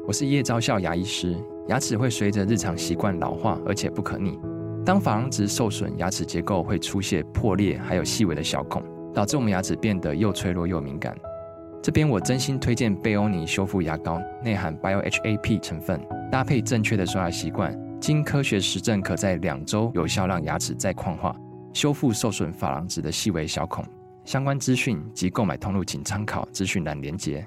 我是叶昭孝牙医师。牙齿会随着日常习惯老化，而且不可逆。当珐琅质受损，牙齿结构会出现破裂，还有细微的小孔，导致我们牙齿变得又脆弱又敏感。这边我真心推荐贝欧尼修复牙膏，内含 BioHAP 成分，搭配正确的刷牙习惯，经科学实证可在2周有效让牙齿再矿化，修复受损珐琅质的细微小孔。相关资讯及购买通路请参考资讯栏连结。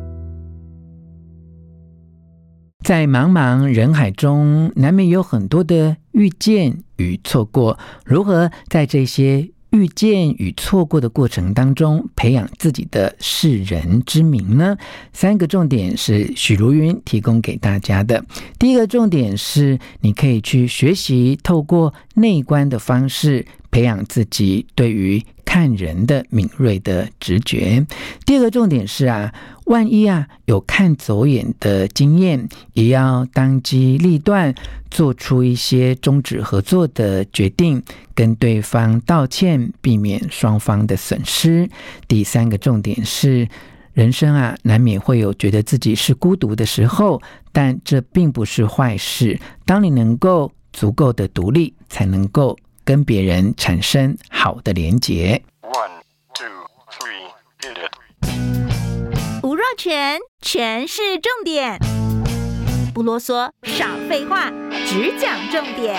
在茫茫人海中，难免有很多的遇见与错过。如何在这些遇见与错过的过程当中，培养自己的识人之明呢？3个重点是许茹芸提供给大家的。第一个重点是，你可以去学习透过内观的方式，培养自己对于看人的敏锐的直觉。第二个重点是万一有看走眼的经验，也要当机立断，做出一些终止合作的决定，跟对方道歉，避免双方的损失。第3个重点是，人生难免会有觉得自己是孤独的时候，但这并不是坏事。当你能够足够的独立，才能够跟别人产生好的连结。 1, 2, 3, hit it。 吴若权，权是重点，不啰嗦，少废话，只讲重点。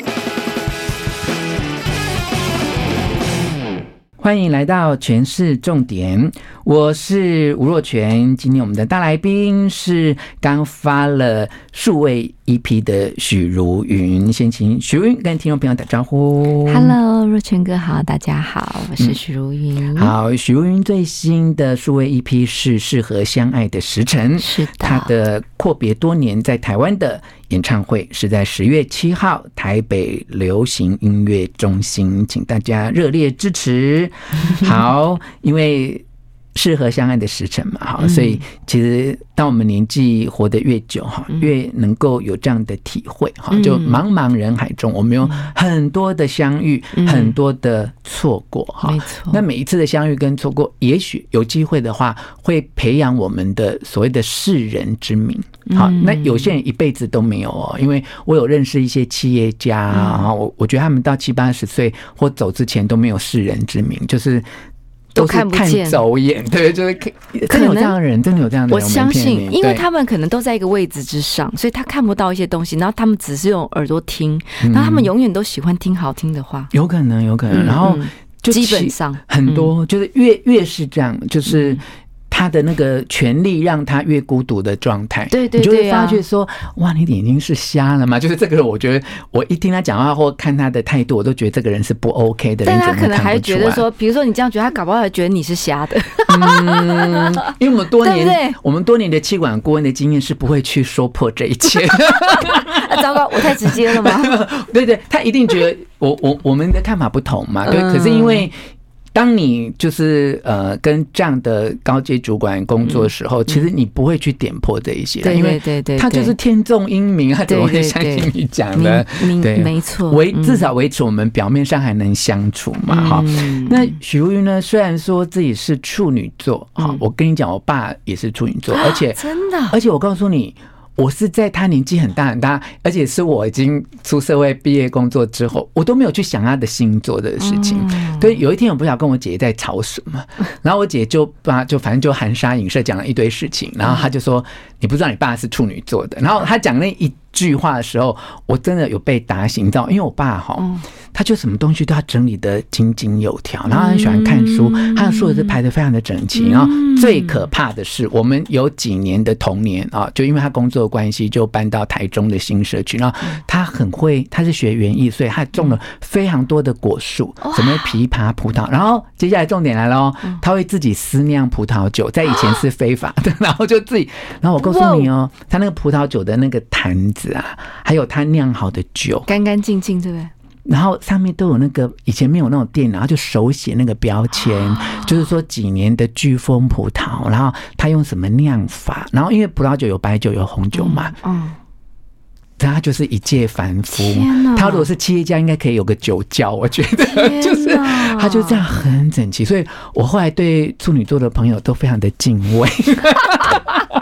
欢迎来到权式重点，我是吴若权。今天我们的大来宾是刚发了数位 EP 的许茹芸，先请许茹芸跟听众朋友打招呼。 Hello， 若权哥好，大家好，我是许茹芸。 好，许茹芸最新的数位 EP 是适合相爱的时辰， 是的， 他的阔别多年在台湾的演唱会是在10月7号台北流行音乐中心，请大家热烈支持。好，因为适合相爱的时辰嘛，所以其实当我们年纪活得越久，越能够有这样的体会。就茫茫人海中，我们有很多的相遇，很多的错过。 没错。 那每一次的相遇跟错过，也许有机会的话，会培养我们的所谓的识人之明。好，那有些人一辈子都没有因为我有认识一些企业家我觉得他们到70、80岁或走之前都没有识人之明，就是都是看走眼，对，就是真的有这样的人，真的有这样的人， 我相信，因为他们可能都在一个位置之上，所以他看不到一些东西，然后他们只是用耳朵听，然后他们永远都喜欢听好听的话， 有可能，然后就基本上很多就是越是这样，就是他的那个权力让他越孤独的状态， 对， 你就会发觉说，哇，你的眼睛是瞎了吗？就是这个人，我觉得我一听他讲话或看他的态度，我都觉得这个人是不 OK 的人， 但他可能还觉得说，比如说你这样觉得，他搞不好还觉得你是瞎的。 因为我们多年的企管顾问的经验是不会去说破这一切。 糟糕，我太直接了吗？ 对，他一定觉得我们的看法不同嘛，对，可是因为当你就是跟这样的高阶主管工作的时候，其实你不会去点破这一些，因为他就是天纵英明，他怎么会相信你讲的？对， 没错， 至少维持我们表面上还能相处嘛。那许茹芸呢，虽然说自己是处女座，我跟你讲，我爸也是处女座，而且真的， 而且我告诉你，我是在他年纪很大，而且是我已经出社会毕业工作之后，我都没有去想他的星座的事情。对，有一天我不晓得跟我姐姐在吵什么，然后我姐就反正就含沙隐射讲了一堆事情，然后她就说你不知道你爸是处女座的，然后她讲那一句话的时候，我真的有被打醒，你知道，因为我爸他就什么东西都要整理得井井有条，然后他很喜欢看书，他的书也是排得非常的整齐，然后最可怕的是我们有几年的童年就因为他工作的关系就搬到台中的新社区，然后他很会，他是学园艺，所以他种了非常多的果树，什么枇杷、葡萄，然后接下来重点来了他会自己私酿葡萄酒，在以前是非法的，然后就自己，然后我告诉你他那个葡萄酒的那个坛子还有他酿好的酒干干净净，对不对？ 然后上面都有那个以前没有那种电脑，就手写那个标签，就是说几年的巨峰葡萄，然后他用什么酿法，然后因为葡萄酒有白酒有红酒嘛，他就是一介凡夫。他如果是企业家，应该可以有个酒窖，我觉得就是他就这样很整齐，所以我后来对处女座的朋友都非常的敬畏。好，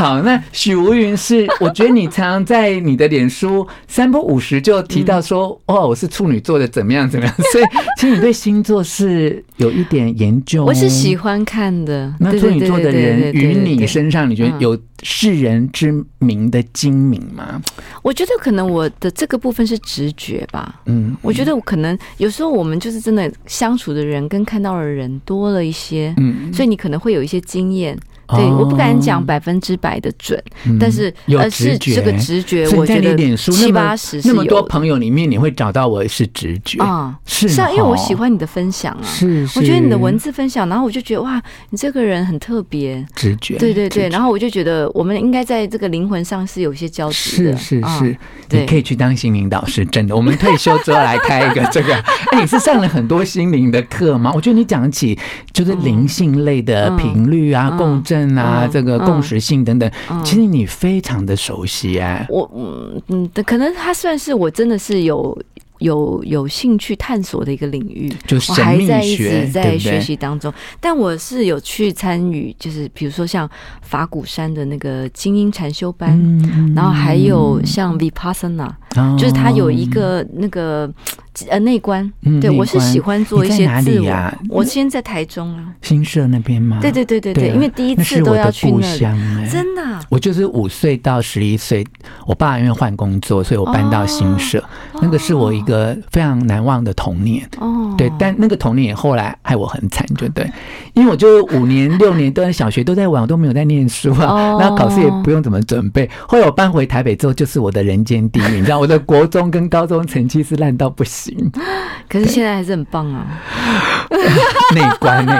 好，那许茹芸是，我觉得你常常在你的脸书3不5时就提到说，哦，我是处女座的，怎么样，所以其实你对星座是有一点研究。 我是喜欢看的。 那处女座的人于你身上，你觉得有世人之名的精明吗？ 我觉得可能我的这个部分是直觉吧。我觉得我可能有时候我们就是真的相处的人跟看到的人多了一些，所以你可能会有一些经验。对，我不敢讲100%的准，但是是这个直觉，我觉得70-80%是有。 那么多朋友里面，你会找到我是直觉啊，是啊，因为我喜欢你的分享啊，是，我觉得你的文字分享，然后我就觉得哇，你这个人很特别， 直觉， 对，然后我就觉得我们应该在这个灵魂上是有一些交集的，是， 你可以去当心灵导师，真的，我们退休之后来开一个这个。你是上了很多心灵的课吗？我觉得你讲起就是灵性类的频率啊、共振。这个共识性等等，其实你非常的熟悉可能它算是我真的是有兴趣探索的一个领域， 就神秘学， 我还一直在学习当中。但我是有去参与，就是比如说像法鼓山的那个精英禅修班，然后还有像 Vipassana，就是它有一个那个内观。对，我是喜欢做一些自我。我先在台中啊， 新社那边吗？ 对，因为第一次都要去那里，真的。 我就是5岁到11岁，我爸因为换工作，所以我搬到新社，那个是我一个非常难忘的童年。对，但那个童年也后来害我很惨，就对，因为我就5年6年都在小学都在玩，我都没有在念书啊，那考试也不用怎么准备。后来我搬回台北之后，就是我的人间地狱，你知道，我的国中跟高中成绩是烂到不行， 可是现在还是很棒啊。 内观的，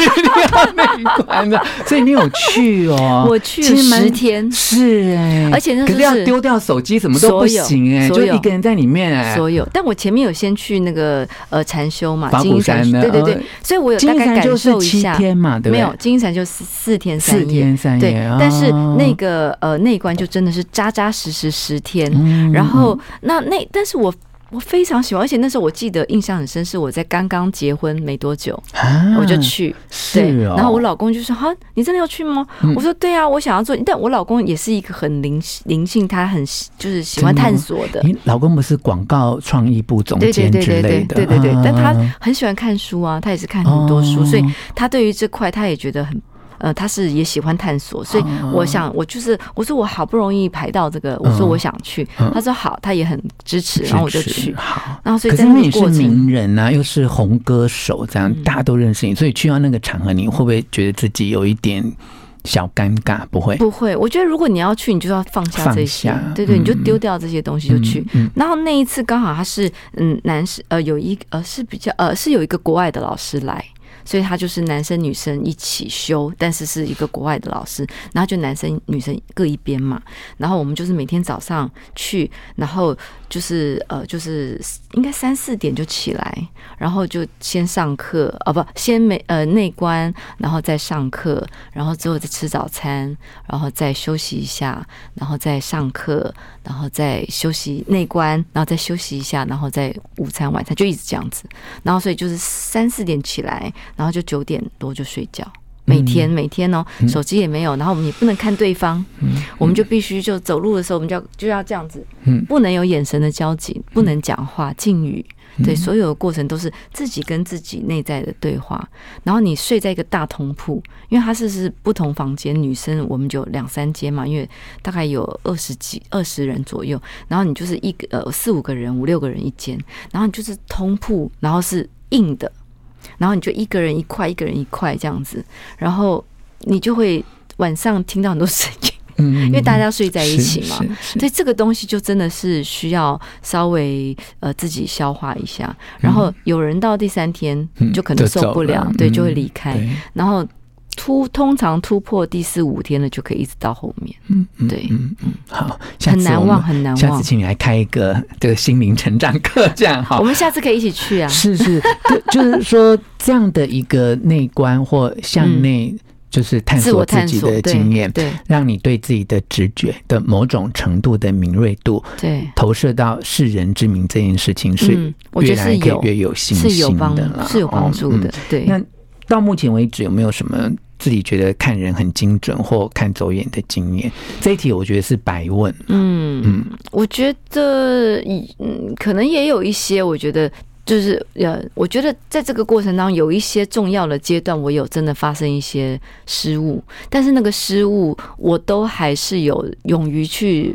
所以你有去哦？ 我去了10天， 是而且可是要丢掉手机什么都不行就一个人在里面所有。但我前面有先去那个禅修嘛， 法鼓山的， 对，所以我有大概感受一下。 7天嘛，对不对？ 没有，精英禅就4天3夜，对。但是那个内观就真的是扎扎实实10天，然后但是我非常喜欢，而且那时候我记得印象很深，是我在刚刚结婚没多久，我就去，对，然后我老公就说：“哈，你真的要去吗？”我说：“对啊，我想要做。”但我老公也是一个很灵性，他很就是喜欢探索的。 你老公不是广告创意部总监之类的， 对，但他很喜欢看书啊，他也是看很多书，所以他对于这块他也觉得很。他是也喜欢探索，所以我说我好不容易排到这个，我说我想去，他说好，他也很支持，然后我就去。然后所以在那个过程， 可是你是名人啊，又是红歌手，这样大家都认识你，所以去到那个场合，你会不会觉得自己有一点小尴尬？不会， 不会。我觉得如果你要去，你就要放下这些，对，你就丢掉这些东西就去。然后那一次刚好他是有一是比较是有一个国外的老师来。所以他就是男生女生一起修，但是是一个国外的老师，然后就男生女生各一边嘛，然后我们就是每天早上去，然后就是应该3、4点就起来，然后就先上课先内观，然后再上课，然后之后再吃早餐，然后再休息一下，然后再上课，然后再休息内观，然后再休息一下，然后再午餐晚餐，就一直这样子，然后所以就是3、4点起来，然后就9点多就睡觉，每天手机也没有，然后我们也不能看对方，我们就必须就走路的时候，我们就要这样子，不能有眼神的交集，不能讲话，禁语，对，所有的过程都是自己跟自己内在的对话。然后你睡在一个大通铺，因为它是不同房间，女生我们就2、3间嘛，因为大概有20人左右，然后你就是4、5个人、5、6个人一间，然后你就是通铺，然后是硬的。然后你就一个人一块这样子，然后你就会晚上听到很多声音，因为大家睡在一起嘛，所以这个东西就真的是需要稍微自己消化一下。然后有人到第3天就可能受不了，对，就会离开。然后通常突破第4、5天了，就可以一直到后面。对， 好， 很难忘，很难忘。 下次请你来开一个这个心灵成长课，这样好。 我们下次可以一起去啊。 是，就是说这样的一个内观或向内，就是探索自己的经验，对，让你对自己的直觉的某种程度的敏锐度，对，投射到世人之名这件事情是越来越有信心的了， 是有帮助的。对， 那到目前为止有没有什么自己觉得看人很精准或看走眼的经验？这一题我觉得是白问。 我觉得可能也有一些，我觉得就是我觉得在这个过程当中有一些重要的阶段，我有真的发生一些失误，但是那个失误我都还是有勇于去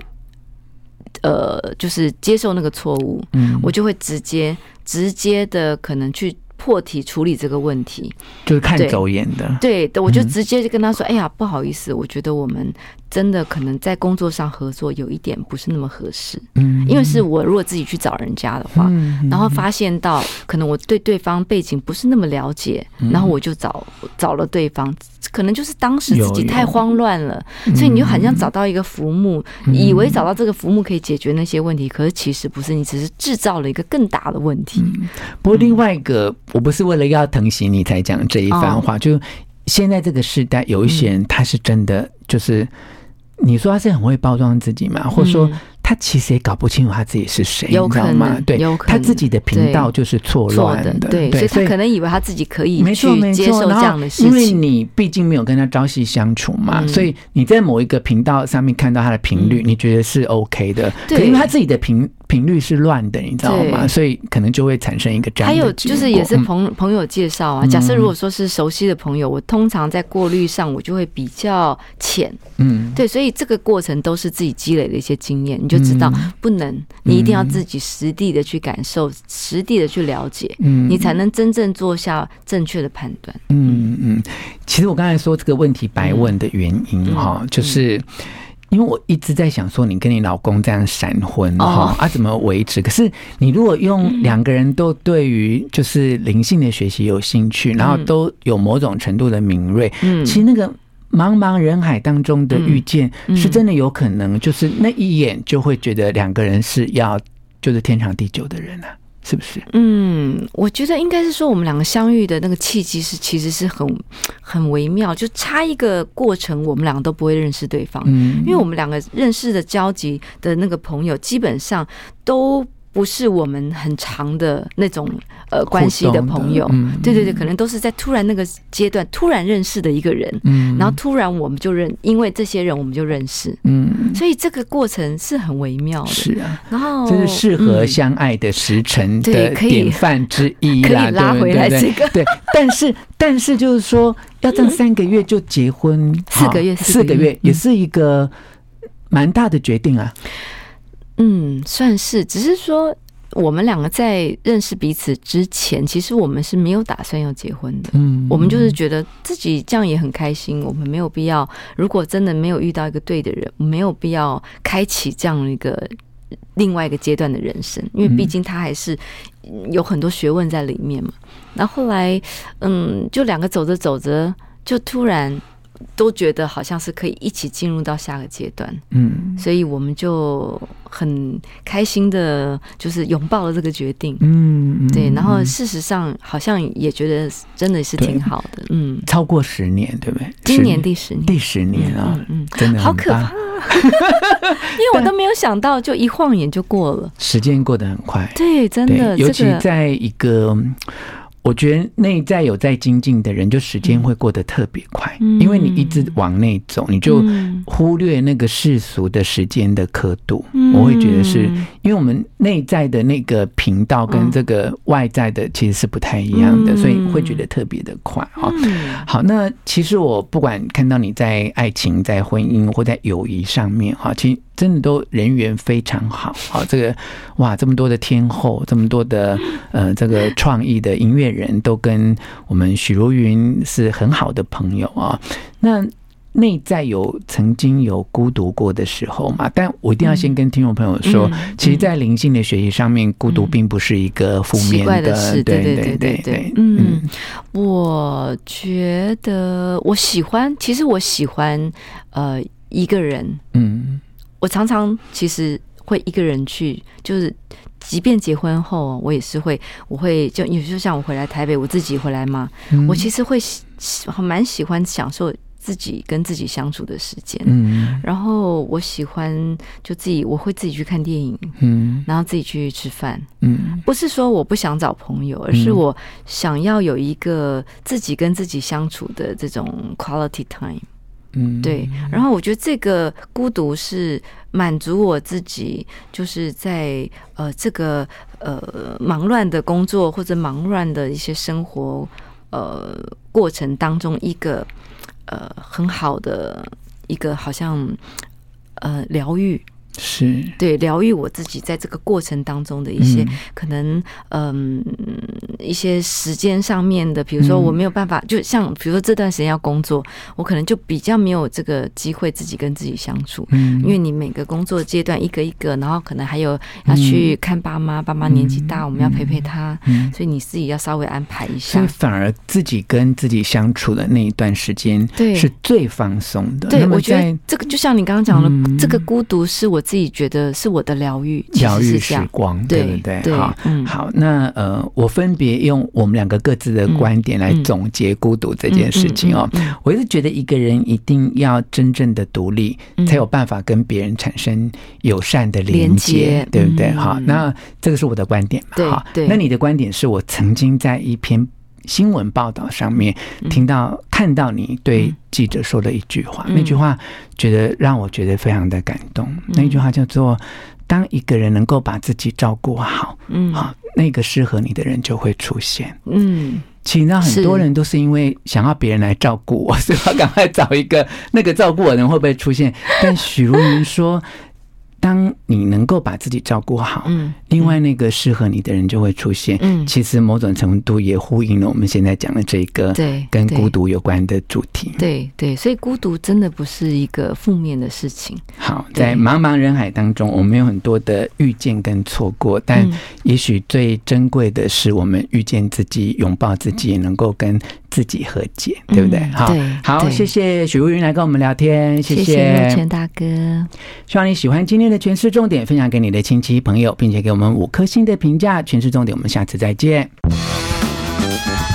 就是接受那个错误，我就会直接的可能去破题处理这个问题， 就是看走眼的。对， 我就直接就跟他说：“哎呀，不好意思，我觉得我们真的可能在工作上合作有一点不是那么合适。”因为是我如果自己去找人家的话，然后发现到可能我对对方背景不是那么了解，然后我就找了对方，可能就是当时自己太慌乱了，所以你就好像找到一个浮木，以为找到这个浮木可以解决那些问题，可是其实不是，你只是制造了一个更大的问题。 不过另外一个，我不是为了要疼惜你才讲这一番话，就现在这个时代，有一些人他是真的就是你说他是很会包装自己嘛，或者说他其实也搞不清楚他自己是谁，你知道吗？对，他自己的频道就是错乱的， 对，所以他可能以为他自己可以去接受这样的事情， 因为你毕竟没有跟他朝夕相处嘛，所以你在某一个频道上面看到他的频率，你觉得是 OK 的，可因为他自己的频率是乱的，你知道吗？所以可能就会产生一个这样的结果。还有就是也是朋友介绍啊，假设如果说是熟悉的朋友，我通常在过滤上我就会比较浅，对，所以这个过程都是自己积累的一些经验，你就知道不能，你一定要自己实地的去感受，实地的去了解，你才能真正做下正确的判断。 其实我刚才说这个问题白问的原因就是因为我一直在想说，你跟你老公这样闪婚怎么维持？可是你如果用两个人都对于就是灵性的学习有兴趣，然后都有某种程度的敏锐，其实那个茫茫人海当中的遇见，是真的有可能就是那一眼就会觉得两个人是要就是天长地久的人啊。是不是？ 我觉得应该是说我们两个相遇的那个契机其实是很微妙，就差一个过程，我们两个都不会认识对方，因为我们两个认识的交集的那个朋友，基本上都不是我们很长的那种关系的朋友，对，可能都是在突然那个阶段突然认识的一个人，然后突然我们就因为这些人我们就认识，所以这个过程是很微妙的。 是啊， 然后这是适合相爱的时辰的典范之一啦， 可以拉回来这个。 对，但是就是说要这样3个月就结婚，4个月也是一个蛮大的决定啊。 算是，只是说我们两个在认识彼此之前，其实我们是没有打算要结婚的。我们就是觉得自己这样也很开心，我们没有必要，如果真的没有遇到一个对的人，没有必要开启这样一个另外一个阶段的人生，因为毕竟他还是有很多学问在里面嘛。然后后来，就两个走着走着，就突然都觉得好像是可以一起进入到下个阶段，所以我们就很开心的，就是拥抱了这个决定，对，然后事实上好像也觉得真的是挺好的， 超过10年，对不对？ 今年第10年啊，真的好可怕，因为我都没有想到，就一晃眼就过了， 时间过得很快， 对，真的， 尤其在一个。我觉得内在有在精进的人，就时间会过得特别快，因为你一直往内走，你就忽略那个世俗的时间的刻度。我会觉得是因为我们内在的那个频道跟这个外在的其实是不太一样的，所以会觉得特别的快。好，那其实我不管看到你在爱情、在婚姻或在友谊上面，其实真的都人缘非常好。这个哇，这么多的天后，这么多的这个创意的音乐人都跟我们许茹芸是很好的朋友啊。那内在曾经有孤独过的时候嘛？但我一定要先跟听众朋友说，其实，在灵性的学习上面，孤独并不是一个负面的事。对。我觉得其实我喜欢一个人。我常常其实会一个人去，就是即便结婚后，我也是我会就像我回来台北，我自己回来嘛，我其实会蛮喜欢享受自己跟自己相处的时间。然后我喜欢就我会自己去看电影，然后自己去吃饭。不是说我不想找朋友，而是我想要有一个自己跟自己相处的这种 quality time。对。然后我觉得这个孤独是满足我自己，就是在这个忙乱的工作或者忙乱的一些生活过程当中一个很好的一个好像疗愈。 是对，疗愈我自己在这个过程当中的一些可能一些时间上面的，比如说我没有办法，就像比如说这段时间要工作，我可能就比较没有这个机会自己跟自己相处。因为你每个工作阶段一个一个，然后可能还有要去看爸妈，爸妈年纪大，我们要陪陪他，所以你自己要稍微安排一下。 所以反而自己跟自己相处的那一段时间是最放松的。 对，我觉得这个就像你刚刚讲的，这个孤独是我自己觉得是我的疗愈时光，对不对？好，那我分别用我们两个各自的观点来总结孤独这件事情哦。我一直觉得一个人一定要真正的独立，才有办法跟别人产生友善的连接，对不对？好，那这个是我的观点。好，那你的观点是我曾经在一篇新闻报道上面看到你对记者说的一句话，那句话让我觉得非常的感动。那句话叫做当一个人能够把自己照顾好，那个适合你的人就会出现。其实很多人都是因为想要别人来照顾我，所以要赶快找一个那个照顾我的人会不会出现。但许茹芸说当你能够把自己照顾好，另外那个适合你的人就会出现。其实某种程度也呼应了我们现在讲的这个跟孤独有关的主题。 对，所以孤独真的不是一个负面的事情。 好，在茫茫人海当中，我们有很多的遇见跟错过，但也许最珍贵的是我们遇见自己，拥抱自己，也能够跟自己和解，对不对？好，谢谢许茹芸来跟我们聊天，谢谢若权大哥。 希望你喜欢今天的诠释重点，分享给你的亲戚朋友，并且给我们5颗星的评价。诠释重点，我们下次再见。